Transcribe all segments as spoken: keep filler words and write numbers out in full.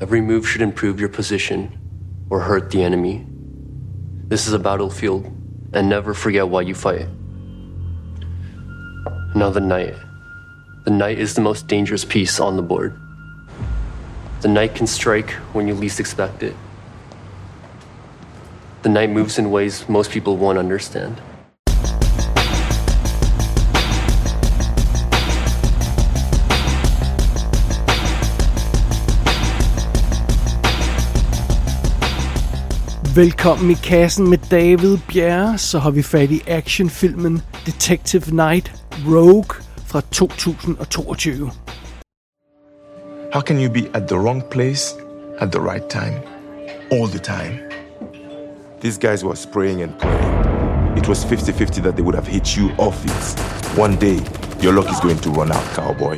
Every move should improve your position or hurt the enemy. This is a battlefield, and never forget why you fight. Now the knight. The knight is the most dangerous piece on the board. The knight can strike when you least expect it. The knight moves in ways most people won't understand. Velkommen i kassen med David Bjerre. Så har vi fat i actionfilmen Detective Knight Rogue fra to tusind og toogtyve. How can you be at the wrong place at the right time? All the time. These guys were spraying and praying. It was fifty-fifty that they would have hit you or Fitz. One day, your luck is going to run out, cowboy.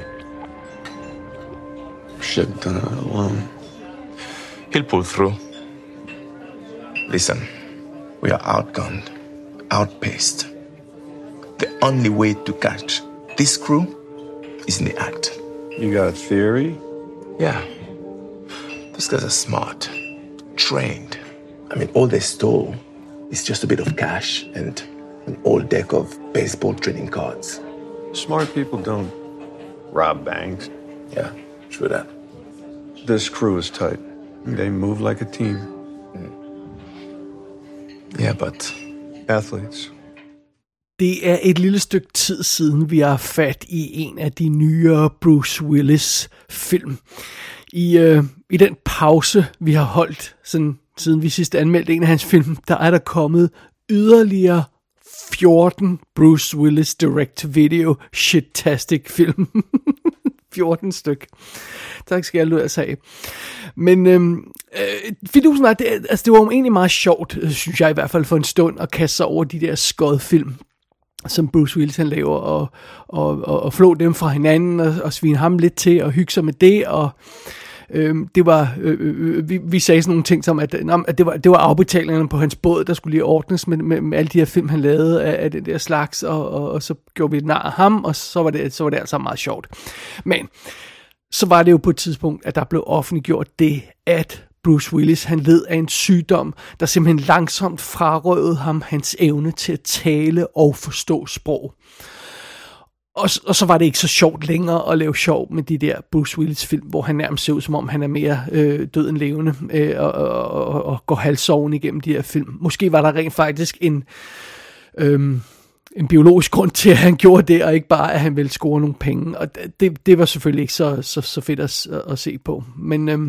Should have done it alone. He'll pull through. Listen, we are outgunned, outpaced. The only way to catch this crew is in the act. You got a theory? Yeah. Those guys are smart, trained. I mean, all they stole is just a bit of cash and an old deck of baseball trading cards. Smart people don't rob banks. Yeah, true that. This crew is tight. They move like a team. Yeah, but athletes. Det er et lille stykke tid siden, vi har fat i en af de nyere Bruce Willis film. I, øh, i den pause, vi har holdt, sådan, siden vi sidst anmeldte en af hans film, der er der kommet yderligere fjorten Bruce Willis direct-to-video shit-tastic film. fjorten styk. Tak skal jeg løbe af. Men øhm, øh, fidusen var, det, altså det var jo egentlig meget sjovt, synes jeg i hvert fald for en stund, at kaste sig over de der skodfilm, som Bruce Willis han laver, og, og, og, og flå dem fra hinanden, og, og svine ham lidt til, og hygge sig med det, og øhm, det var, øh, øh, vi, vi sagde sådan nogle ting som, at, at det var, det var afbetalingerne på hans båd, der skulle lige ordnes med, med, med alle de her film, han lavede af, af den der slags, og, og, og så gjorde vi et nar af ham, og så var det, så var det altså meget sjovt. Men så var det jo på et tidspunkt, at der blev offentliggjort det, at Bruce Willis, han led af en sygdom, der simpelthen langsomt frarøvede ham hans evne til at tale og forstå sprog. Og, og så var det ikke så sjovt længere at lave sjov med de der Bruce Willis film, hvor han nærmest ser ud, som om han er mere øh, død end levende, øh, og, og, og, og går halvsoven igennem de her film. Måske var der rent faktisk en... Øh, en biologisk grund til, at han gjorde det, og ikke bare, at han ville score nogle penge. Og det, det var selvfølgelig ikke så, så, så fedt at, at se på. Men øhm,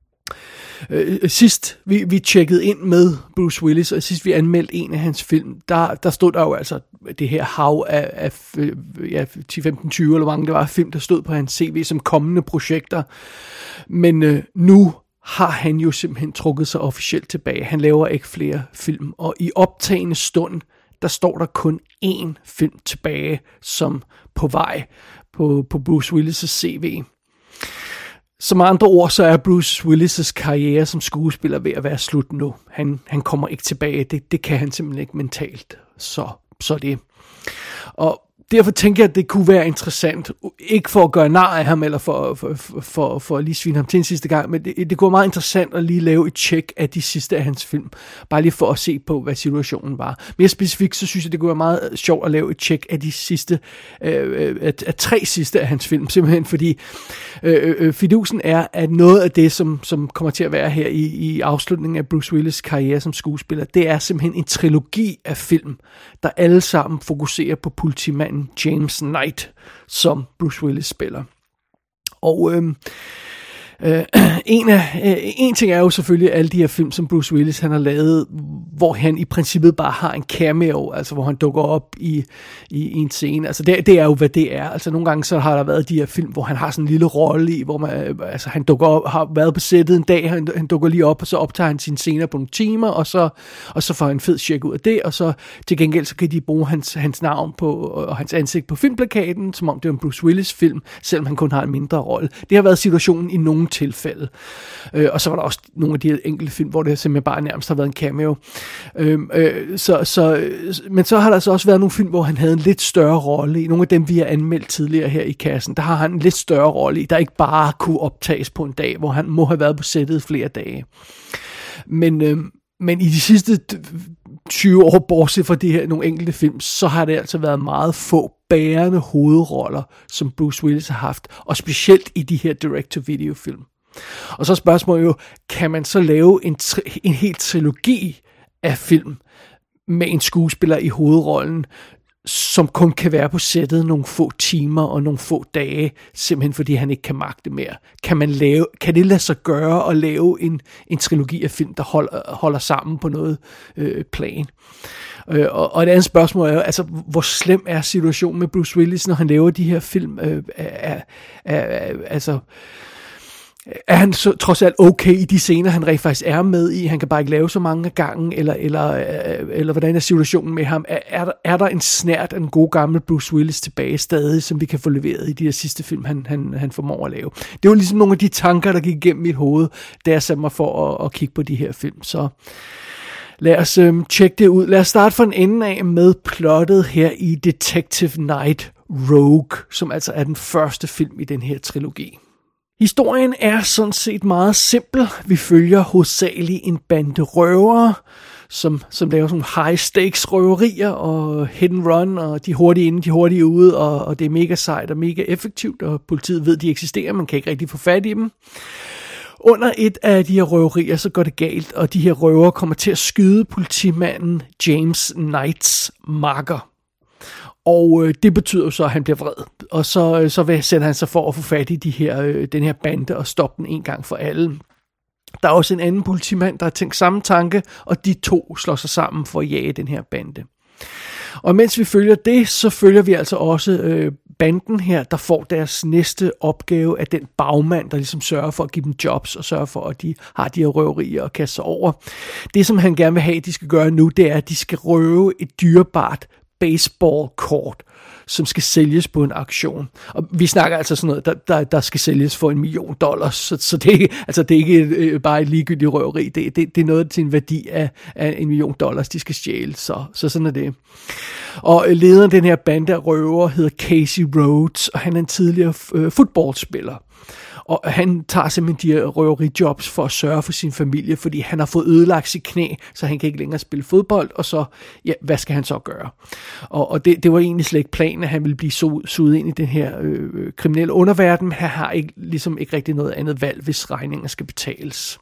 øh, sidst vi, vi tjekkede ind med Bruce Willis, og sidst vi anmeldte en af hans film, der, der stod der jo altså det her hav af, af ja, ti, femten, tyve eller hvor mange det var film, der stod på hans C V som kommende projekter. Men øh, nu har han jo simpelthen trukket sig officielt tilbage. Han laver ikke flere film, og i optagende stund, der står der kun én film tilbage, som på vej på, på Bruce Willis' C V. Som andre ord, så er Bruce Willis' karriere som skuespiller ved at være slut nu. Han, han kommer ikke tilbage. Det, det kan han simpelthen ikke mentalt. Så, så det. Og derfor tænker jeg, at det kunne være interessant, ikke for at gøre nar af ham, eller for, for, for, for, for at lige svine ham til en sidste gang, men det, det kunne være meget interessant at lige lave et tjek af de sidste af hans film, bare lige for at se på, hvad situationen var. Mere specifikt, så synes jeg, det kunne være meget sjovt at lave et tjek af de sidste, øh, af, af tre sidste af hans film, simpelthen fordi øh, øh, fidusen er, at noget af det, som, som kommer til at være her i, i afslutningen af Bruce Willis' karriere som skuespiller, det er simpelthen en trilogi af film, der alle sammen fokuserer på politimanden James Knight, som Bruce Willis spiller. Og øhm, øh, en, af, øh, en ting er jo selvfølgelig alle de her film, som Bruce Willis han har lavet, hvor han i princippet bare har en cameo, altså hvor han dukker op i, i, i en scene. Altså det, det er jo, hvad det er. Altså nogle gange så har der været de her film, hvor han har sådan en lille rolle i, hvor man, altså han dukker op, har været på sættet en dag, han, han dukker lige op, og så optager han sine scener på nogle timer, og så, og så får han en fed check ud af det, og så til gengæld så kan de bruge hans, hans navn på, og hans ansigt på filmplakaten, som om det er en Bruce Willis film, selvom han kun har en mindre rolle. Det har været situationen i nogle tilfælde. Øh, og så var der også nogle af de her enkelte film, hvor det simpelthen bare nærmest har været en cameo. Øh, øh, så, så, men så har der så også været nogle film, hvor han havde en lidt større rolle i. Nogle af dem, vi har anmeldt tidligere her i kassen, der har han en lidt større rolle i, der ikke bare kunne optages på en dag, hvor han må have været på sættet flere dage. Men, øh, men i de sidste tyve år, bortset fra det her nogle enkelte film, så har det altså været meget få bærende hovedroller, som Bruce Willis har haft, og specielt i de her direct-to-video-film. Og så er spørgsmålet jo, kan man så lave en, tri- en hel trilogi af film med en skuespiller i hovedrollen, som kun kan være på sættet nogle få timer og nogle få dage, simpelthen fordi han ikke kan magte mere. Kan man lave, kan det lade sig gøre at lave en, en trilogi af film, der holder, holder sammen på noget øh, plan? Øh, og, og et andet spørgsmål er jo, altså, hvor slem er situationen med Bruce Willis, når han laver de her film? Øh, er, er, er, altså... Er han så trods alt okay i de scener, han rent faktisk er med i? Han kan bare ikke lave så mange gange, eller, eller, eller hvordan er situationen med ham? Er, er, der, er der en snært af den gode gamle Bruce Willis tilbage stadig, som vi kan få leveret i de her sidste film, han, han, han formår at lave? Det var ligesom nogle af de tanker, der gik igennem mit hoved, da jeg satte mig for at, at kigge på de her film. Så lad os øhm, tjekke det ud. Lad os starte fra en ende af med plottet her i Detective Night Rogue, som altså er den første film i den her trilogi. Historien er sådan set meget simpel. Vi følger hovedsageligt en bande røvere, som, som laver sådan high stakes røverier og hit and run, og de er hurtige inde, de er hurtige ude, og, og det er mega sejt og mega effektivt, og politiet ved, de eksisterer, man kan ikke rigtig få fat i dem. Under et af de her røverier, så går det galt, og de her røvere kommer til at skyde politimanden James Knights makker. Og øh, det betyder så, at han bliver vred. Og så, øh, så sætter han sig for at få fat i de her, øh, den her bande og stoppe den en gang for alle. Der er også en anden politimand, der har tænkt samme tanke, og de to slår sig sammen for at jage den her bande. Og mens vi følger det, så følger vi altså også øh, banden her, der får deres næste opgave af den bagmand, der ligesom sørger for at give dem jobs, og sørger for, at de har de her røverier og kaster sig over. Det, som han gerne vil have, de skal gøre nu, det er, at de skal røve et dyrebart baseballkort, som skal sælges på en auktion. Og vi snakker altså sådan noget, der, der, der skal sælges for en million dollars, så, så det, altså det er ikke øh, bare et ligegyldigt røveri, det, det, det er noget til en værdi af, af en million dollars, de skal stjæle, så, så sådan er det. Og lederen af den her bande af røver hedder Casey Rhodes, og han er en tidligere øh, fodboldspiller. Og han tager simpelthen de her røverijobs for at sørge for sin familie, fordi han har fået ødelagt sit knæ, så han kan ikke længere spille fodbold, og så, ja, hvad skal han så gøre? Og, og det, det var egentlig slet ikke planen, at han ville blive suget ind i den her øh, kriminelle underverden, men han har ikke, ligesom ikke rigtig noget andet valg, hvis regninger skal betales.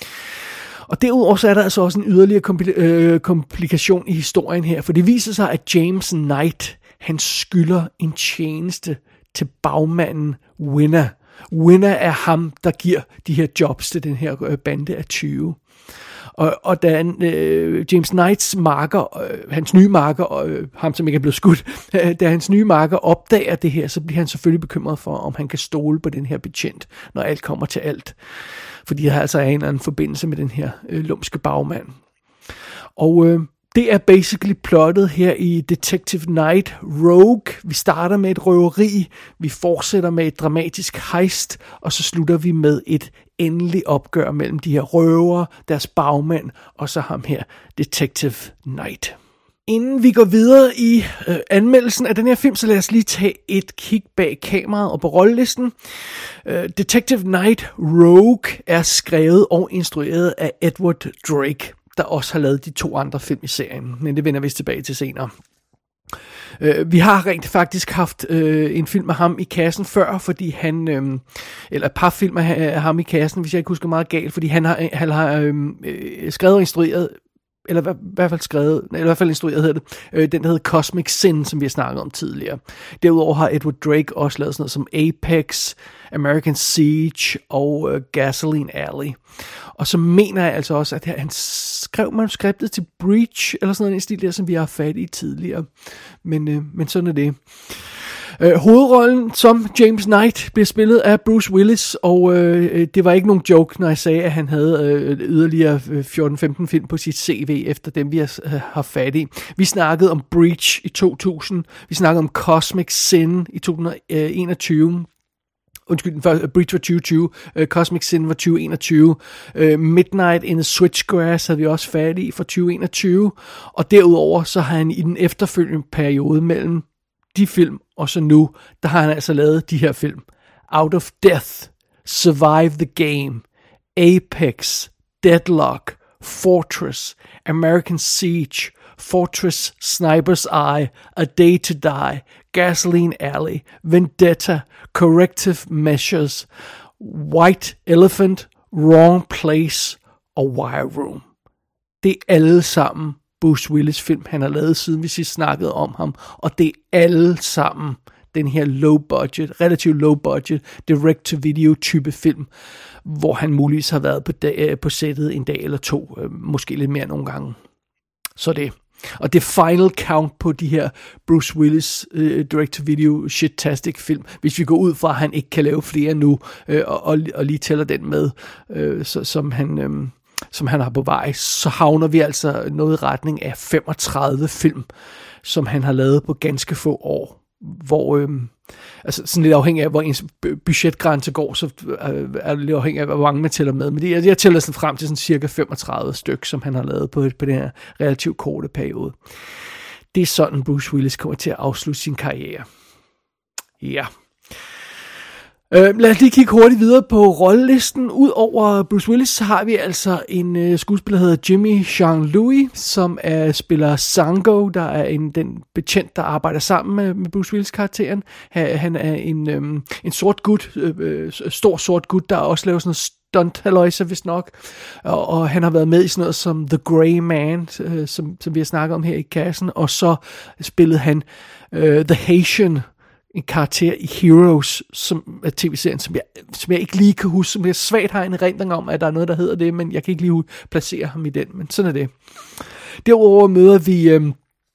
Og derudover så er der altså også en yderligere kompl- øh, komplikation i historien her, for det viser sig, at James Knight, han skylder en tjeneste til bagmanden Winner. Winner er ham, der giver de her jobs til den her bande af tyve. Og, og da øh, James Knights marker, øh, hans nye marker, øh, ham som ikke er blevet skudt, øh, da hans nye marker opdager det her, så bliver han selvfølgelig bekymret for, om han kan stole på den her betjent, når alt kommer til alt. Fordi der altså er en eller anden forbindelse med den her øh, lumske bagmand. Og øh, det er basically plottet her i Detective Night Rogue. Vi starter med et røveri, vi fortsætter med et dramatisk heist, og så slutter vi med et endeligt opgør mellem de her røvere, deres bagmænd, og så ham her, Detective Night. Inden vi går videre i øh, anmeldelsen af den her film, så lad os lige tage et kig bag kameraet og på rollelisten. Øh, Detective Night Rogue er skrevet og instrueret af Edward Drake, der også har lavet de to andre film i serien, men det vender vi tilbage til senere. Uh, vi har rent faktisk haft uh, en film af ham i kassen før, fordi han, um, eller et par film af ham i kassen, hvis jeg ikke husker meget galt, fordi han har, han har um, skrevet og instrueret, eller i hvert fald skrevet, eller i hvert fald instrueret hedder det, øh, den der hedder Cosmic Sin, som vi har snakket om tidligere. Derudover har Edward Drake også lavet sådan noget som Apex, American Siege og øh, Gasoline Alley. Og så mener jeg altså også, at han skrev manuskriptet til Breach, eller sådan noget i stil der, som vi har fat i tidligere. Men, øh, men sådan er det. Øh, hovedrollen som James Knight bliver spillet af Bruce Willis, og øh, det var ikke nogen joke, når jeg sagde, at han havde øh, yderligere fjorten femten film på sit C V, efter dem vi har, øh, har fat i. Vi snakkede om Breach i to tusind, vi snakkede om Cosmic Sin i to tusind og enogtyve, Undskyld, den første, Breach var tyve tyve, uh, Cosmic Sin var tyve enogtyve, uh, Midnight in the Switchgrass havde vi også fat i for tyve enogtyve, og derudover så har han i den efterfølgende periode mellem de film og så nu, der har han altså lavet de her film. Out of Death, Survive the Game, Apex, Deadlock, Fortress, American Siege, Fortress, Sniper's Eye, A Day to Die, Gasoline Alley, Vendetta, Corrective Measures, White Elephant, Wrong Place og Wire Room. Det er alle sammen Bruce Willis film, han har lavet siden vi sidst snakkede om ham, og det er alle sammen den her low budget, relativt low budget, direct to video type film, hvor han muligvis har været på, dag, på sættet en dag eller to, måske lidt mere nogle gange. Så det. Og det final count på de her Bruce Willis uh, direct-to-video shit-tastic film, hvis vi går ud fra, at han ikke kan lave flere nu, uh, og, og, og lige tæller den med, uh, så, som, han, um, som han har på vej, så havner vi altså noget i retning af femogtredive film, som han har lavet på ganske få år. Hvor, øhm, altså sådan lidt afhængig af, hvor ens budgetgrænse går, så øh, er det lidt afhængig af, hvor mange man tæller med. Men det, jeg, jeg tæller sådan frem til sådan cirka femogtredive stykker, som han har lavet på, på den her relativt korte periode. Det er sådan, Bruce Willis kommer til at afslutte sin karriere. Ja. Øh, lad os lige kigge hurtigt videre på rollelisten. Udover Bruce Willis, så har vi altså en øh, skuespiller, der hedder Jimmy Jean-Louis, som er, spiller Zango, der er en, den betjent, der arbejder sammen med, med Bruce Willis-karakteren. Han, han er en, øh, en sort gut, øh, stor sort gut, der også laver sådan noget stunt-halløjse, vist nok. Og, og han har været med i sådan noget som The Grey Man, øh, som, som vi har snakket om her i kassen. Og så spillede han øh, The Haitian, en karakter i Heroes, som er tv-serien, som jeg, som jeg ikke lige kan huske, som jeg svagt har en erindring om, at der er noget, der hedder det, men jeg kan ikke lige placere ham i den, men sådan er det. Derudover møder vi øhm,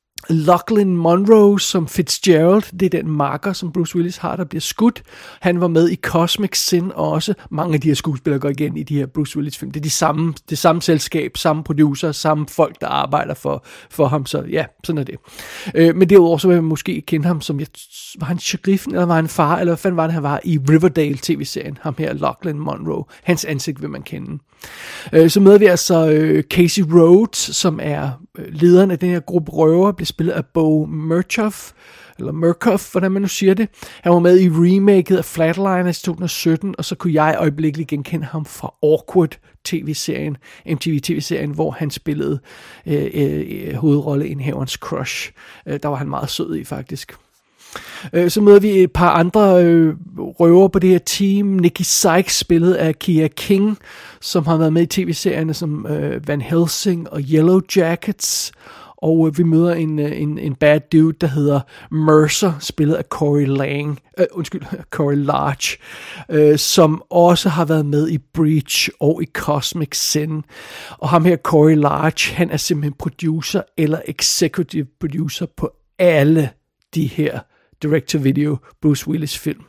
Lachlan Monroe som Fitzgerald. Det er den marker, som Bruce Willis har, der bliver skudt. Han var med i Cosmic Sin, og også mange af de her skuespillere går igen i de her Bruce Willis film. Det er de samme, det samme selskab, samme producer, samme folk, der arbejder for, for ham. Så ja, sådan er det. Øh, men derudover så vil man måske kende ham som, var han sheriffen, eller var han far, eller hvad fanden var det, han var i Riverdale tv-serien. Ham her, Lachlan Monroe. Hans ansigt vil man kende. Øh, så møder vi altså øh, Casey Rhodes, som er øh, lederen af den her gruppe røver, bliver spillet af Bo Murkoff, eller Murkoff, hvordan man nu siger det. Han var med i remaket af Flatliners i to tusind og sytten, og så kunne jeg øjeblikkeligt genkende ham fra Awkward tv-serien, M T V tv-serien, hvor han spillede øh, øh, hovedrolleindhaverens crush. Øh, der var han meget sød i, faktisk. Øh, så møder vi et par andre øh, røver på det her team. Nikki Sykes, spillet af Kia King, som har været med i tv-serierne som øh, Van Helsing og Yellow Jackets. Og øh, vi møder en, en, en bad dude, der hedder Mercer, spillet af Corey Lang, øh, undskyld, Corey Large, øh, som også har været med i Breach og i Cosmic Sin. Og ham her, Corey Large, han er simpelthen producer eller executive producer på alle de her direct-to-video Bruce Willis film.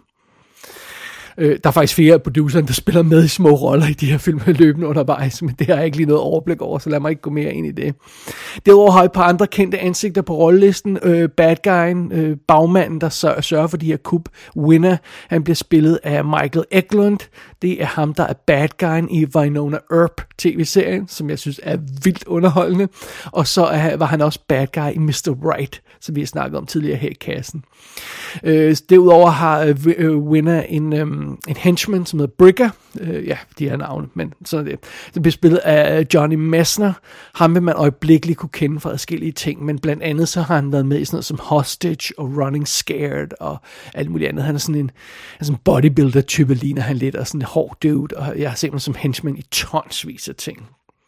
Øh, der er faktisk flere af producerne, der spiller med i små roller i de her film løbende undervejs, men det har jeg ikke lige noget overblik over, så lad mig ikke gå mere ind i det. Derudover har jeg et par andre kendte ansigter på rollelisten. Øh, bad guyen, øh, bagmanden, der sørger, sørger for de her kup, Winner, han bliver spillet af Michael Eklund. Det er ham, der er bad guyen i Winona Earp tv-serien, som jeg synes er vildt underholdende. Og så er, var han også bad guy i mister Right, som vi har snakket om tidligere her i kassen. Øh, derudover har øh, Winner en, øh, en henchman, som hedder Brigger. Øh, ja, de her navne, men sådan er det. Det bliver spillet af Johnny Messner. Ham vil man øjeblikkeligt kunne kende fra forskellige ting, men blandt andet så har han været med i sådan noget som Hostage og Running Scared og alt muligt andet. Han er sådan en, en sådan bodybuilder-type, ligner han lidt, og sådan en hård dude, og jeg har set ham som henchman i tonsvis af ting.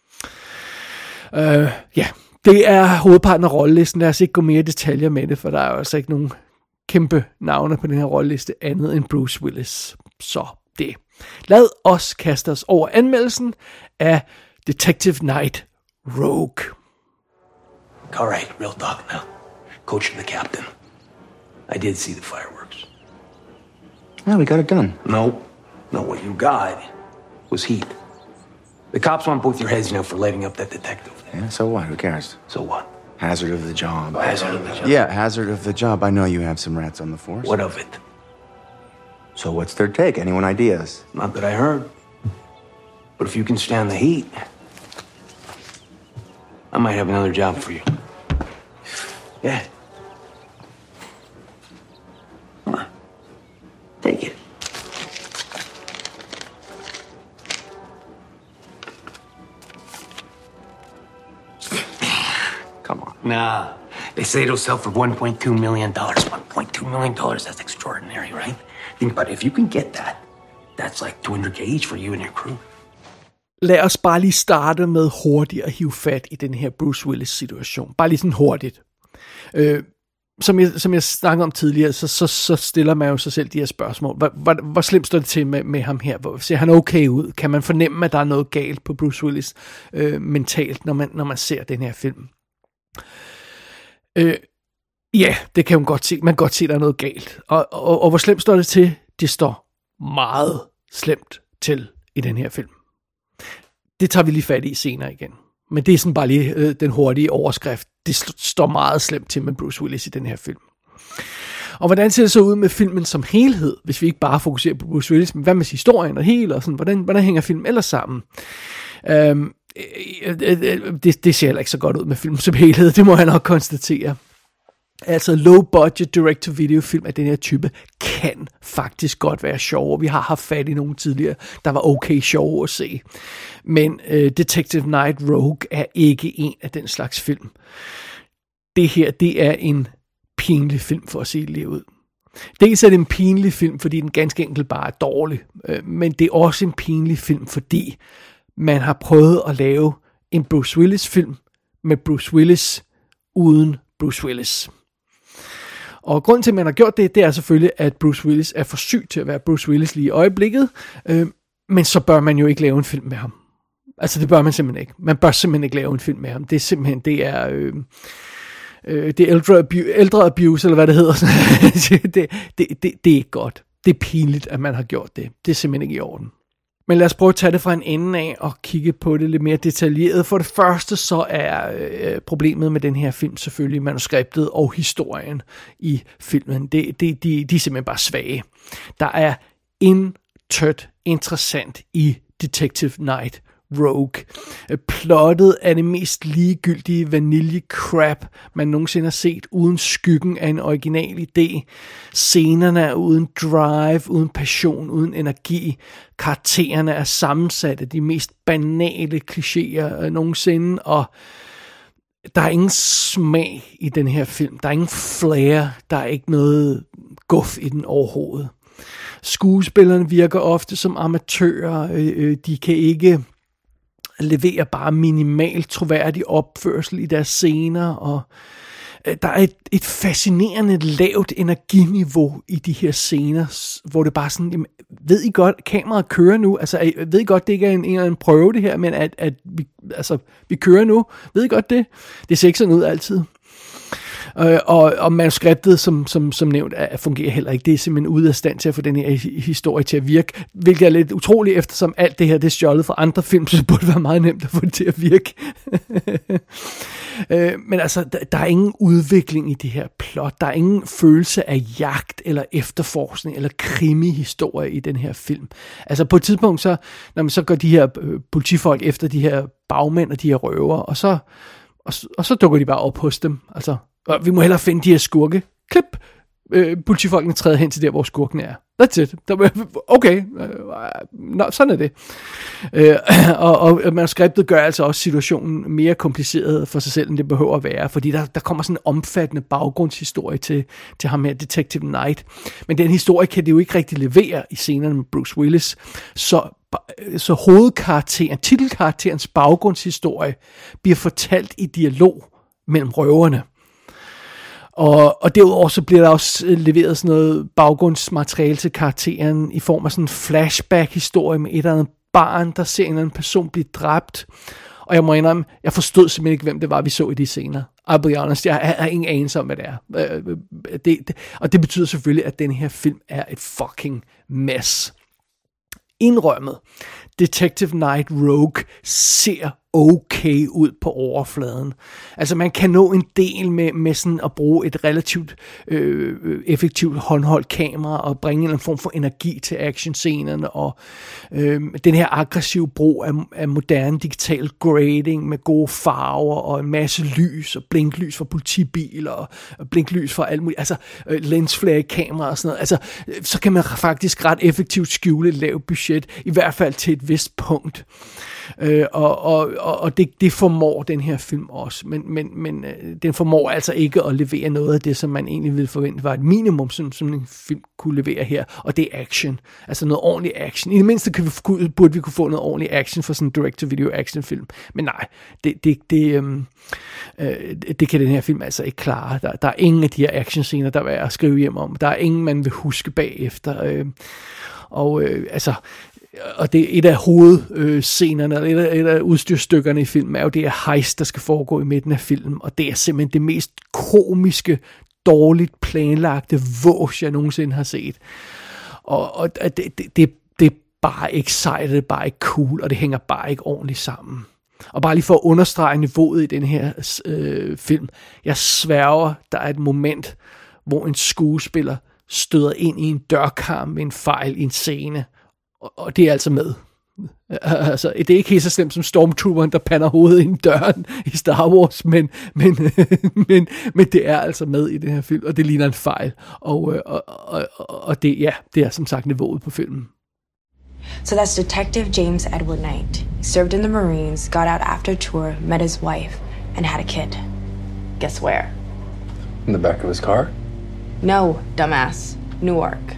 Øh, ja, yeah. Det er hovedparten af rollelisten. Lad os ikke gå mere i detaljer med det, for der er jo altså ikke nogen kæmpe navne på den her rolleliste andet end Bruce Willis. Så det. Lad os kaste os over anmeldelsen af Detective Night Rogue. All right, real talk now. Coach and the captain. I did see the fireworks. Yeah, we got it done. No, no, what you got was heat. The cops want both your heads, you know, for lighting up that detective. Yeah, so what? Who cares? So what? Hazard of the job. Hazard of the job. Yeah, hazard of the job. I know you have some rats on the force. What of it? So what's their take? Anyone ideas? Not that I heard. But if you can stand the heat, I might have another job for you. Yeah. Come on. Take it. Come on. Nah. They say it'll sell for one point two million dollars. one point two million dollars, that's extraordinary, right? Think about it. If you can get that, that's like two hundred K each for you and your crew. Lad os bare lige starte med hurtigt at hive fat i den her Bruce Willis situation. Bare lige sådan hurtigt. Øh, som, jeg, som jeg snakkede om tidligere, så, så, så stiller man jo sig selv de her spørgsmål. Hvor, hvor, hvor slemt står det til med, med ham her? Hvor, ser han okay ud? Kan man fornemme, at der er noget galt på Bruce Willis øh, mentalt, når man, når man ser den her film? Øh, ja, det kan man godt se. Man kan godt se, at der er noget galt. Og, og, og hvor slemt står det til? Det står meget slemt til i den her film. Det tager vi lige fat i senere igen. Men det er sådan bare lige øh, den hurtige overskrift. Det st- står meget slemt til med Bruce Willis i den her film. Og hvordan ser det så ud med filmen som helhed, hvis vi ikke bare fokuserer på Bruce Willis, men hvad med historien og hele, og sådan, hvordan, hvordan hænger filmen ellers sammen? Øhm, det, det ser heller ikke så godt ud med filmen som helhed, det må jeg nok konstatere. Altså low budget direct to video film af den her type kan faktisk godt være sjov. Vi har haft fat i nogle tidligere, der var okay sjov at se. Men uh, Detective Night Rogue er ikke en af den slags film. Det her, det er en pinlig film for at se lige ud. Dels er det en pinlig film, fordi den ganske enkelt bare er dårlig. Men det er også en pinlig film, fordi man har prøvet at lave en Bruce Willis film med Bruce Willis uden Bruce Willis. Og grunden til, at man har gjort det, det er selvfølgelig, at Bruce Willis er for syg til at være Bruce Willis lige i øjeblikket. Øh, men så bør man jo ikke lave en film med ham. Altså det bør man simpelthen ikke. Man bør simpelthen ikke lave en film med ham. Det er simpelthen, det er... Øh, øh, det er ældre, abu- ældre abuse, eller hvad det hedder. det, det, det, det er ikke godt. Det er pinligt, at man har gjort det. Det er simpelthen ikke i orden. Men lad os prøve at tage det fra en ende af og kigge på det lidt mere detaljeret. For det første så er øh, problemet med den her film selvfølgelig manuskriptet og historien i filmen. Det, det, de, de er simpelthen bare svage. Der er intet interessant i Detective Night Rogue. Plottet er det mest ligegyldige vanilje-crap, man nogensinde har set, uden skyggen af en original idé. Scenerne er uden drive, uden passion, uden energi. Karaktererne er sammensat af de mest banale klichéer nogensinde, og der er ingen smag i den her film. Der er ingen flair. Der er ikke noget guf i den overhovedet. Skuespillerne virker ofte som amatører. De kan ikke leverer bare minimalt troværdig opførsel i deres scener, og der er et, et fascinerende lavt energiniveau i de her scener, hvor det bare sådan, jamen, ved I godt, kameraet kører nu, altså ved I godt, det ikke er en, en eller anden prøve det her, men at, at vi, altså, vi kører nu, ved I godt det? Det ser ikke sådan ud altid. Øh, og, og manuskriptet, som, som, som nævnt, er, fungerer heller ikke. Det er simpelthen ude af stand til at få den her historie til at virke, hvilket er lidt utroligt, eftersom alt det her det er stjålet fra andre film, så det burde være meget nemt at få det til at virke. øh, men altså, der, der er ingen udvikling i det her plot. Der er ingen følelse af jagt, eller efterforskning, eller krimi-historie i den her film. Altså på et tidspunkt, så, når man så går de her øh, politifolk efter de her bagmænd og de her røver, og så, og, og så dukker de bare op hos dem. Altså, og vi må hellere finde de her skurke. Klip. Øh, politifolkene træder hen til der, hvor skurken er. That's it. Okay. Nå, sådan er det. Øh, og, og manuskriptet gør altså også situationen mere kompliceret for sig selv, end det behøver at være. Fordi der, der kommer sådan en omfattende baggrundshistorie til, til ham her, Detective Knight. Men den historie kan det jo ikke rigtig levere i scenerne med Bruce Willis. Så så hovedkarakteren, titelkarakterens baggrundshistorie, bliver fortalt i dialog mellem røverne. Og, og derudover så bliver der også leveret sådan noget baggrundsmateriale til karakteren i form af sådan en flashback-historie med et eller andet barn, der ser en eller anden person blive dræbt. Og jeg må indrømme, jeg forstod simpelthen ikke, hvem det var, vi så i de scener. I'll be honest, jeg har ingen anelse om, hvad det er. Det, det, og det betyder selvfølgelig, at den her film er et fucking mess. Indrømmet, Detective Night Rogue ser okay ud på overfladen. Altså man kan nå en del med, med sådan at bruge et relativt øh, effektivt håndholdt kamera og bringe en form for energi til actionscenerne, og øh, den her aggressive brug af, af moderne digital grading med gode farver og en masse lys og blinklys fra politibiler og, og blinklys fra alt muligt, altså øh, lensflare kamera og sådan noget. Altså øh, så kan man faktisk ret effektivt skjule et lavt budget, i hvert fald til et vist punkt. Øh, og og, og det, det formår den her film også, men, men, men øh, den formår altså ikke at levere noget af det, som man egentlig ville forvente var et minimum, som, som en film kunne levere her, og det er action. Altså noget ordentlig action. I det mindste kan vi, burde vi kunne få noget ordentlig action for sådan en direct-to-video actionfilm, men nej, det, det, det, øhm, øh, det kan den her film altså ikke klare. Der, der er ingen af de her actionscener, der er værd at skrive hjem om. Der er ingen, man vil huske bagefter. Øh, og øh, altså... Og det er et af hovedscenerne, eller et af, et af udstyrstykkerne i filmen, er jo det her heist, der skal foregå i midten af filmen, og det er simpelthen det mest komiske, dårligt planlagte vås, jeg nogensinde har set. Og, og det, det, det, det er bare ikke sejt, det er bare ikke cool, og det hænger bare ikke ordentligt sammen. Og bare lige for at understrege niveauet i den her øh, film, jeg sværger, der er et moment, hvor en skuespiller støder ind i en dørkarm med en fejl i en scene, og det er altså med. Altså, det er ikke helt så slemt som Stormtrooperen, der pander hovedet ind i døren i Star Wars, men, men, men, men det er altså med i den her film, og det ligner en fejl. Og, og, og, og det, ja, det er som sagt niveauet på filmen. So that's Detective James Edward Knight. He served in the Marines, got out after a tour, met his wife, and had a kid. Guess where? In the back of his car? No, dumbass. Newark.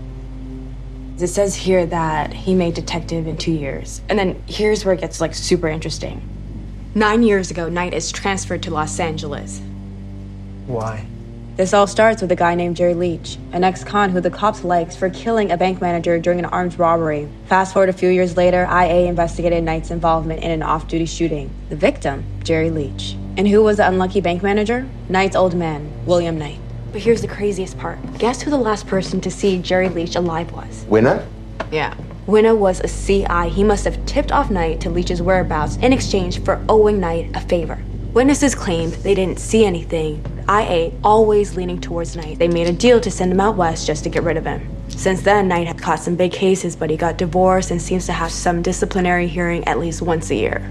It says here that he made detective in two years. And then here's where it gets like super interesting. Nine years ago, Knight is transferred to Los Angeles. Why? This all starts with a guy named Jerry Leach, an ex-con who the cops liked for killing a bank manager during an armed robbery. Fast forward a few years later, I A investigated Knight's involvement in an off-duty shooting. The victim, Jerry Leach. And who was the unlucky bank manager? Knight's old man, William Knight. But here's the craziest part. Guess who the last person to see Jerry Leach alive was? Winner? Yeah. Winner was a C I. He must have tipped off Knight to Leach's whereabouts in exchange for owing Knight a favor. Witnesses claimed they didn't see anything. I A always leaning towards Knight. They made a deal to send him out west just to get rid of him. Since then, Knight had caught some big cases, but he got divorced and seems to have some disciplinary hearing at least once a year.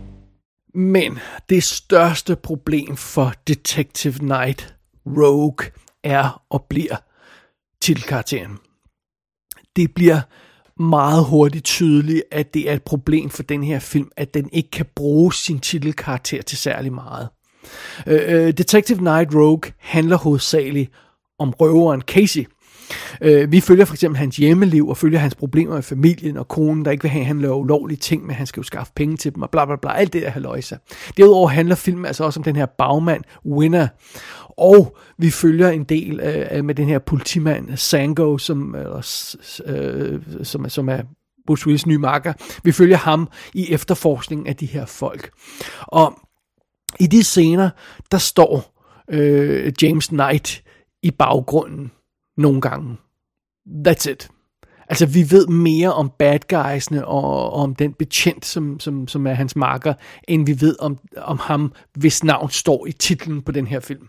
Men det største problem for Detective Knight Rogue er og bliver titelkarakteren. Det bliver meget hurtigt tydeligt, at det er et problem for den her film, at den ikke kan bruge sin titelkarakter til særlig meget. Uh, uh, Detective Knight Rogue handler hovedsageligt om røveren Casey. Uh, vi følger for eksempel hans hjemmeliv og følger hans problemer i familien og konen, der ikke vil have, at han laver ulovlige ting, men han skal jo skaffe penge til dem og bla bla bla, alt det der halløjsa. Derudover handler filmen altså også om den her bagmand, Winner, og vi følger en del uh, med den her politimand, Sango, som, uh, uh, som, som er Bruce Willis nye makker. Vi følger ham i efterforskningen af de her folk. Og i de scener, der står uh, James Knight i baggrunden nogle gange. That's it. Altså, vi ved mere om bad guysene og, og om den betjent, som, som, som er hans makker, end vi ved om, om ham, hvis navn står i titlen på den her film.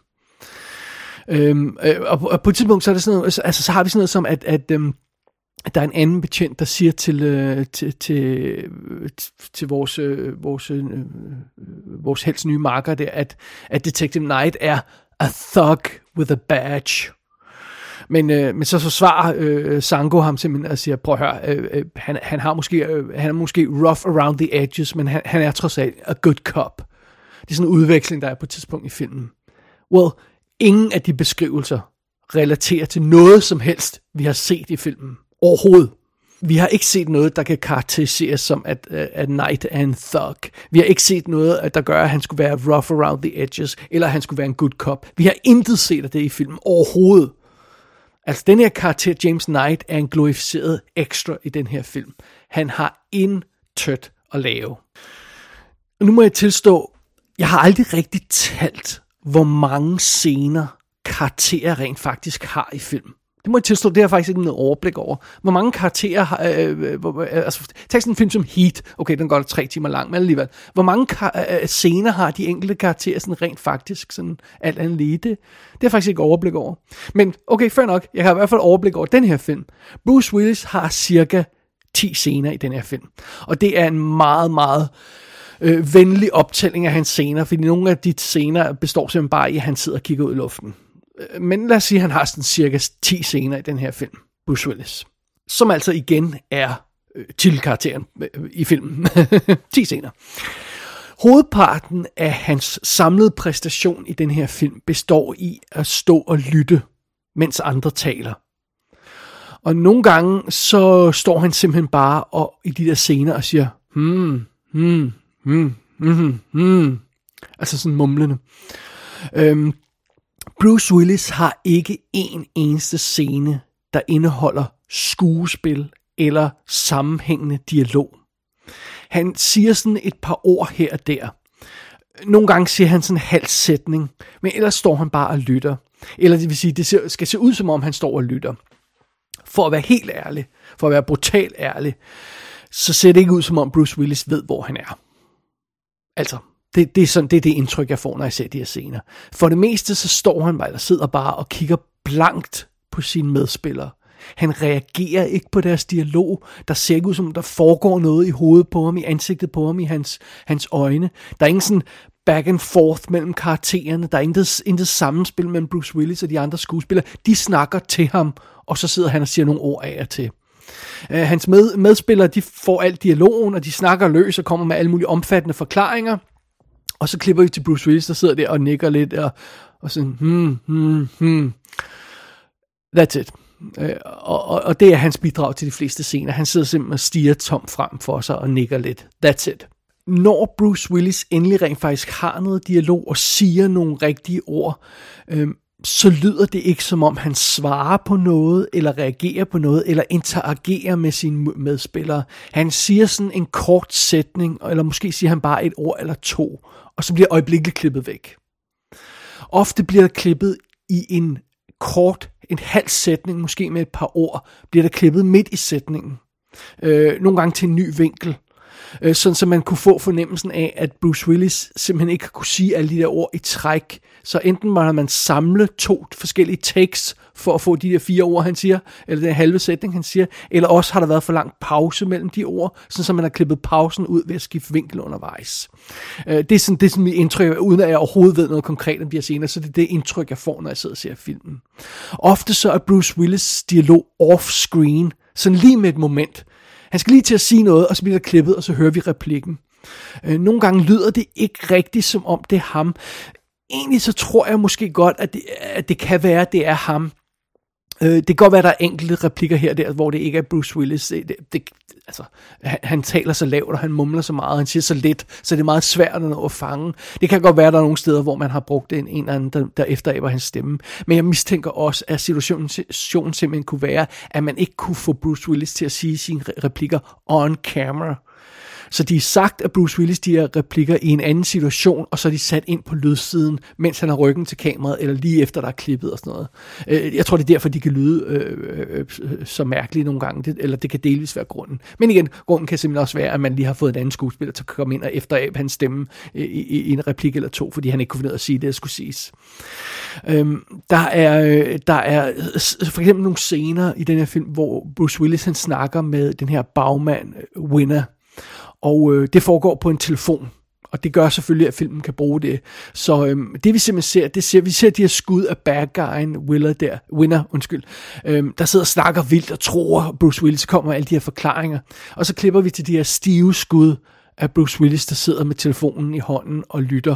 Øhm, og, og på et tidspunkt, så er det sådan noget, altså, så har vi sådan noget som, at, at, øhm, at der er en anden betjent, der siger til, øh, til, til, til vores, øh, vores, øh, vores helst nye makker, det, at, at Detective Knight er a thug with a badge. Men, øh, men så, så svarer øh, Sango ham simpelthen og siger, prøv at høre, øh, øh, han, han, har måske, øh, han er måske rough around the edges, men han, han er trods alt a good cop. Det er sådan en udveksling, der er på et tidspunkt i filmen. Well, ingen af de beskrivelser relaterer til noget som helst, vi har set i filmen. Overhovedet. Vi har ikke set noget, der kan karakteriseres som, at, at Knight er en thug. Vi har ikke set noget, der gør, at han skulle være rough around the edges, eller at han skulle være en good cop. Vi har intet set af det i filmen overhovedet. Altså, den her karakter, James Knight, er en glorificeret ekstra i den her film. Han har intet at lave. Og nu må jeg tilstå, jeg har aldrig rigtig talt, hvor mange scener karakterer rent faktisk har i film. Det må jeg tilstå, det har jeg faktisk ikke noget overblik over. Hvor mange karakterer har... Øh, hvor, altså, tag sådan en film som Heat. Okay, den går tre timer lang, men alligevel. Hvor mange kar- øh, scener har de enkelte karakterer sådan rent faktisk? Sådan alt andet lige. Det, det har jeg faktisk ikke overblik over. Men okay, fair nok. Jeg har i hvert fald overblik over den her film. Bruce Willis har cirka ti scener i den her film. Og det er en meget, meget... Øh, venlig optælling af hans scener, fordi nogle af de scener består simpelthen bare i, at han sidder og kigger ud i luften. Øh, men lad os sige, at han har sådan cirka ti scener i den her film, Bruce Willis, som altså igen er øh, titelkarakteren øh, i filmen. ti scener. Hovedparten af hans samlede præstation i den her film består i at stå og lytte, mens andre taler. Og nogle gange så står han simpelthen bare og, i de der scener og siger, hmm, hmm, Hmm, hmm, hmm. Altså sådan mumlende. Øhm, Bruce Willis har ikke en eneste scene, der indeholder skuespil eller sammenhængende dialog. Han siger sådan et par ord her og der. Nogle gange siger han sådan en halv sætning, men ellers står han bare og lytter. Eller det vil sige, det skal se ud som om han står og lytter. For at være helt ærlig, for at være brutalt ærlig, så ser det ikke ud som om Bruce Willis ved, hvor han er. Altså, det, det, er sådan, det er det indtryk, jeg får, når jeg ser de her scener. For det meste, så står han bare, eller sidder bare og kigger blankt på sine medspillere. Han reagerer ikke på deres dialog. Der ser ikke ud som, der foregår noget i hovedet på ham, i ansigtet på ham, i hans, hans øjne. Der er ingen sådan back and forth mellem karaktererne. Der er intet, intet sammenspil mellem Bruce Willis og de andre skuespillere. De snakker til ham, og så sidder han og siger nogle ord af og til. Uh, hans med, medspillere, de får alt dialogen, og de snakker løs og kommer med alle mulige omfattende forklaringer. Og så klipper vi til Bruce Willis, der sidder der og nikker lidt, og, og sådan, hmm, hmm, hmm. That's it. Uh, og, og, og det er hans bidrag til de fleste scener. Han sidder simpelthen og stiger tomt frem for sig og nikker lidt. That's it. Når Bruce Willis endelig rent faktisk har noget dialog og siger nogle rigtige ord, øh, så lyder det ikke som om han svarer på noget, eller reagerer på noget, eller interagerer med sine medspillere. Han siger sådan en kort sætning, eller måske siger han bare et ord eller to, og så bliver øjeblikkeligt klippet væk. Ofte bliver der klippet i en kort, en halv sætning, måske med et par ord, bliver der klippet midt i sætningen. Øh, nogle gange til en ny vinkel. Øh, sådan så man kunne få fornemmelsen af, at Bruce Willis simpelthen ikke kunne sige alle de der ord i træk. Så enten må man samle to forskellige takes for at få de der fire ord, han siger, eller den halve sætning, han siger, eller også har der været for lang pause mellem de ord, sådan så man har klippet pausen ud ved at skifte vinkel undervejs. Øh, det er sådan, det er sådan mit indtryk, uden at jeg overhovedet ved noget konkret om de her scener, så det er det indtryk, jeg får, når jeg sidder og ser filmen. Ofte så er Bruce Willis dialog off-screen, sådan lige med et moment. Han skal lige til at sige noget, og så bliver der klippet, og så hører vi replikken. Øh, nogle gange lyder det ikke rigtigt, som om det er ham. Egentlig så tror jeg måske godt, at det, at det kan være, at det er ham. Øh, det kan godt være, at der er enkelte replikker her der, hvor det ikke er Bruce Willis. Det, det, altså, han, han taler så lavt, og han mumler så meget, og han siger så lidt, så det er meget svært at nå at fange. Det kan godt være, at der er nogle steder, hvor man har brugt en, en eller anden, der, der efteraber hans stemme. Men jeg mistænker også, at situationen, situationen simpelthen kunne være, at man ikke kunne få Bruce Willis til at sige sine replikker on camera. Så de er sagt af Bruce Willis, de her replikker i en anden situation, og så er de sat ind på lydsiden, mens han har ryggen til kameraet, eller lige efter der er klippet og sådan noget. Jeg tror, det er derfor, de kan lyde øh, øh, så mærkeligt nogle gange, det, eller det kan delvis være grunden. Men igen, grunden kan simpelthen også være, at man lige har fået en anden skuespiller til at komme ind og efterabe hans stemme i, i, i en replik eller to, fordi han ikke kunne finde ud af at sige det, der skulle siges. Øhm, der, er, der er for eksempel nogle scener i den her film, hvor Bruce Willis han snakker med den her bagmand, Winner, og øh, det foregår på en telefon, og det gør selvfølgelig, at filmen kan bruge det. Så øh, det vi simpelthen ser, det ser, vi ser de her skud af bad guyen, Winner der, Winner, undskyld, øh, der sidder og snakker vildt og tror, Bruce Willis kommer med alle de her forklaringer. Og så klipper vi til de her stive skud af Bruce Willis, der sidder med telefonen i hånden og lytter.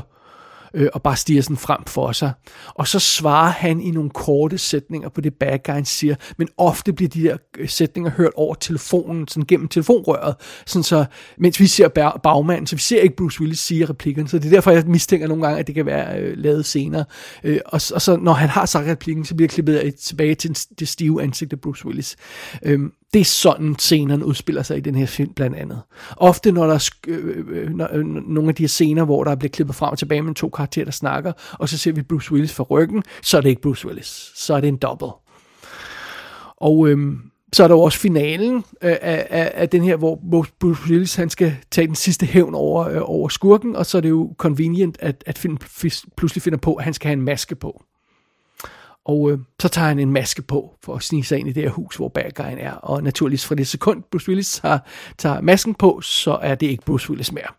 Og bare stiger sådan frem for sig. Og så svarer han i nogle korte sætninger på det bad guy siger, men ofte bliver de der sætninger hørt over telefonen, sådan gennem telefonrøret, sådan så, mens vi ser bag- bagmanden, så vi ser ikke Bruce Willis sige replikken, så det er derfor, jeg mistænker nogle gange, at det kan være øh, lavet senere. Øh, og, og så, når han har sagt replikken, så bliver klippet tilbage til det stive ansigt af Bruce Willis. Øh, Det er sådan, scenerne udspiller sig i den her film, blandt andet. Ofte, når der er øh, når, øh, nogle af de her scener, hvor der bliver klippet frem og tilbage med to karakterer, der snakker, og så ser vi Bruce Willis fra ryggen, så er det ikke Bruce Willis. Så er det en double. Og øhm, så er der jo også finalen øh, af, af, af den her, hvor Bruce Willis han skal tage den sidste hævn over, øh, over skurken, og så er det jo convenient, at, at filmen pludselig finder på, at han skal have en maske på. Og øh, så tager han en maske på, for at snige sig ind i det her hus, hvor bad guyen er. Og naturligvis fra det sekund, Bruce Willis har, tager masken på, så er det ikke Bruce Willis mere.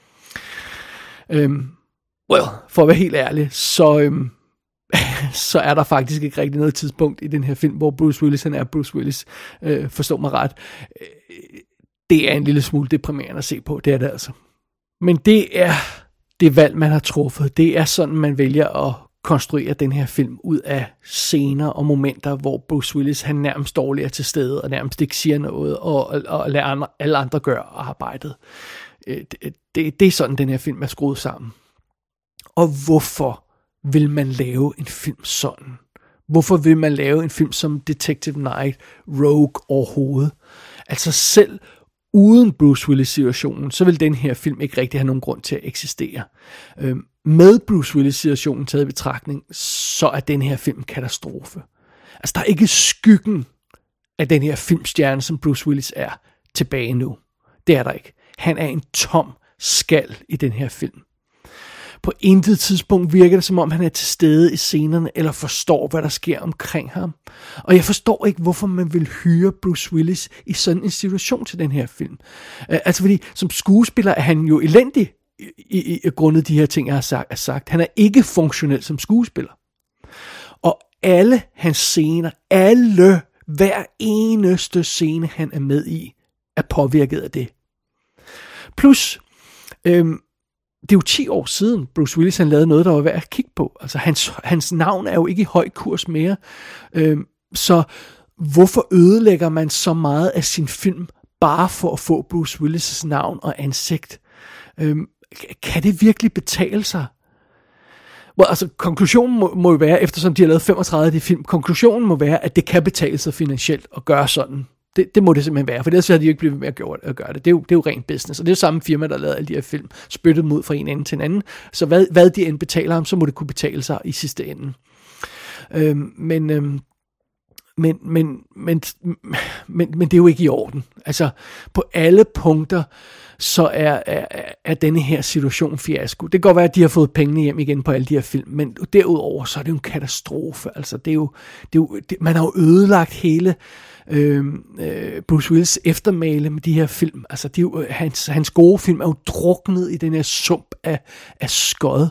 Øhm, well, for at være helt ærlig, så, øhm, så er der faktisk ikke rigtig noget tidspunkt i den her film, hvor Bruce Willis han er Bruce Willis. Øh, forstår mig ret. Det er en lille smule deprimerende at se på, det er det altså. Men det er det valg, man har truffet. Det er sådan, man vælger at konstruere den her film ud af scener og momenter, hvor Bruce Willis han nærmest dårligt er til stede, og nærmest ikke siger noget, og, og, og lader andre, alle andre gøre arbejdet. Det, det, det er sådan, den her film er skruet sammen. Og hvorfor vil man lave en film sådan? Hvorfor vil man lave en film som Detective Night Rogue overhovedet? Altså selv uden Bruce Willis-situationen, så vil den her film ikke rigtig have nogen grund til at eksistere. Øhm, med Bruce Willis-situationen taget i betragtning, så er den her film en katastrofe. Altså der er ikke skyggen af den her filmstjerne, som Bruce Willis er, tilbage nu. Det er der ikke. Han er en tom skal i den her film. På intet tidspunkt virker det, som om han er til stede i scenerne, eller forstår, hvad der sker omkring ham. Og jeg forstår ikke, hvorfor man vil hyre Bruce Willis i sådan en situation til den her film. Uh, altså fordi, som skuespiller er han jo elendig, i, i, i grundet de her ting, jeg har sagt, har sagt. Han er ikke funktionel som skuespiller. Og alle hans scener, alle, hver eneste scene, han er med i, er påvirket af det. Plus, øhm, det er jo ti år siden, Bruce Willis han lavede noget, der var værd at kigge på. Altså, hans, hans navn er jo ikke i høj kurs mere. Øhm, så hvorfor ødelægger man så meget af sin film, bare for at få Bruce Willis' navn og ansigt? Øhm, kan det virkelig betale sig? Well, altså, konklusionen må, må jo være, eftersom de har lavet femogtredive af de film, konklusionen må være, at det kan betale sig finansielt at gøre sådan. Det, det må det simpelthen være, for ellers havde de jo ikke blevet med at gøre, at gøre det. Det er, jo, det er jo rent business, og det er jo samme firma, der har lavet alle de her film, spyttet dem ud fra en ende til en anden. Så hvad, hvad de end betaler ham, så må det kunne betale sig i sidste ende. Øhm, men, øhm, men, men, men, men, men det er jo ikke i orden. Altså, på alle punkter, så er, er, er denne her situation fiasko. Det kan godt være, at de har fået pengene hjem igen på alle de her film, men derudover, så er det jo en katastrofe. Altså, det er jo, det er jo, det, man har jo ødelagt hele øh, øh, Bruce Willis eftermæle med de her film. Altså, de er jo, hans, hans gode film er jo druknet i den her sump af, af skod.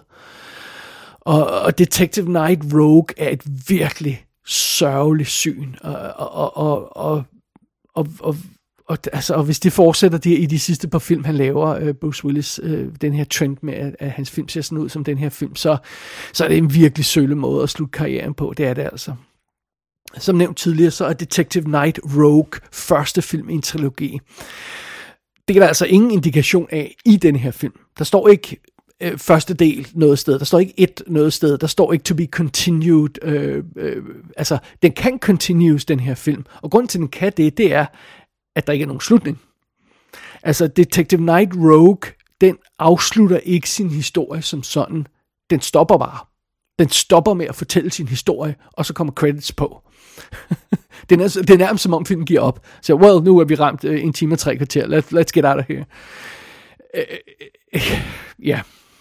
Og, og Detective Night Rogue er et virkelig sørgeligt syn. Og, og, og, og, og, og Og, altså, og hvis det fortsætter det i de sidste par film, han laver, uh, Bruce Willis, uh, den her trend med, at, at hans film ser sådan ud som den her film, så, så er det en virkelig sølle måde at slutte karrieren på. Det er det altså. Som nævnt tidligere, så er Detective Night Rogue første film i en trilogi. Det er der altså ingen indikation af i den her film. Der står ikke uh, første del noget sted. Der står ikke et noget sted. Der står ikke to be continued. Uh, uh, altså, den kan continues, den her film. Og grunden til, den kan det, det er, at der ikke er nogen slutning. Altså, Detective Night Rogue, den afslutter ikke sin historie som sådan. Den stopper bare. Den stopper med at fortælle sin historie, og så kommer credits på. det, er, det er nærmest som om filmen giver op. Så, well, nu er vi ramt uh, en time og tre kvarter. Let, let's get out of here. Ja. Uh, uh, yeah.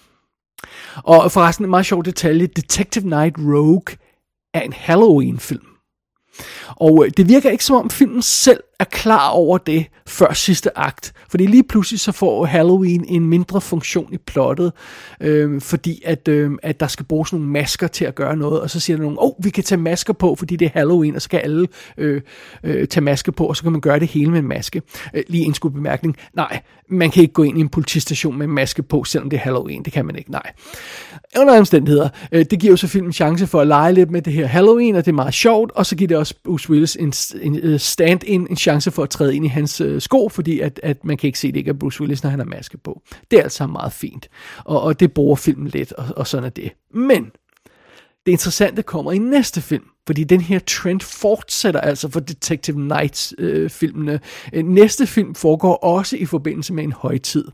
Og forresten en meget sjov detalje. Detective Night Rogue er en Halloween-film. Og det virker ikke som om filmen selv er klar over det før sidste akt. Fordi lige pludselig så får Halloween en mindre funktion i plottet. Øh, fordi at, øh, at der skal bruges nogle masker til at gøre noget. Og så siger der nogen, åh, oh, vi kan tage masker på, fordi det er Halloween. Og så skal alle øh, øh, tage masker på, og så kan man gøre det hele med en maske. Øh, lige en skud bemærkning. Nej, man kan ikke gå ind i en politistation med en maske på, selvom det er Halloween. Det kan man ikke, nej. Under omstændigheder, øh, det giver jo så filmen en chance for at lege lidt med det her Halloween, og det er meget sjovt. Og så giver det også Bruce Willis en, en stand-in, en chance for at træde ind i hans øh, sko, fordi at, at man kan ikke se, det ikke er Bruce Willis, når han har maske på. Det er altså meget fint, og, og det bruger filmen lidt, og, og sådan er det. Men det interessante kommer i næste film, fordi den her trend fortsætter altså for Detective Night-filmene. Øh, næste film foregår også i forbindelse med en højtid.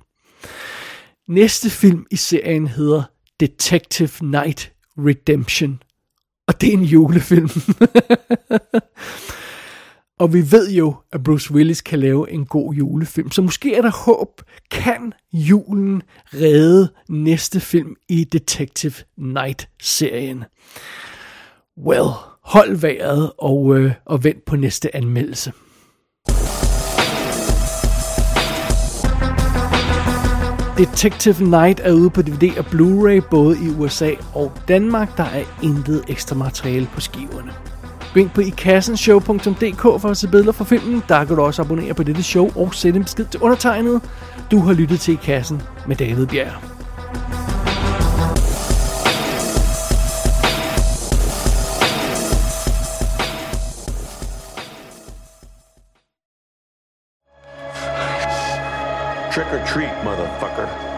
Næste film i serien hedder Detective Night Redemption, og det er en julefilm. Og vi ved jo, at Bruce Willis kan lave en god julefilm, så måske er der håb. Kan julen redde næste film i Detective Night-serien? Well, hold vejret og, øh, og vent på næste anmeldelse. Detective Night er ude på D V D og Blu-ray både i U S A og Danmark. Der er intet ekstra materiale på skiverne. Gå ind på ikassenshow punktum d k for at se billeder fra filmen. Der kan du også abonnere på dette show og sætte en besked til undertegnet. Du har lyttet til I Kassen med David Bjerg. Trick or treat, motherfucker.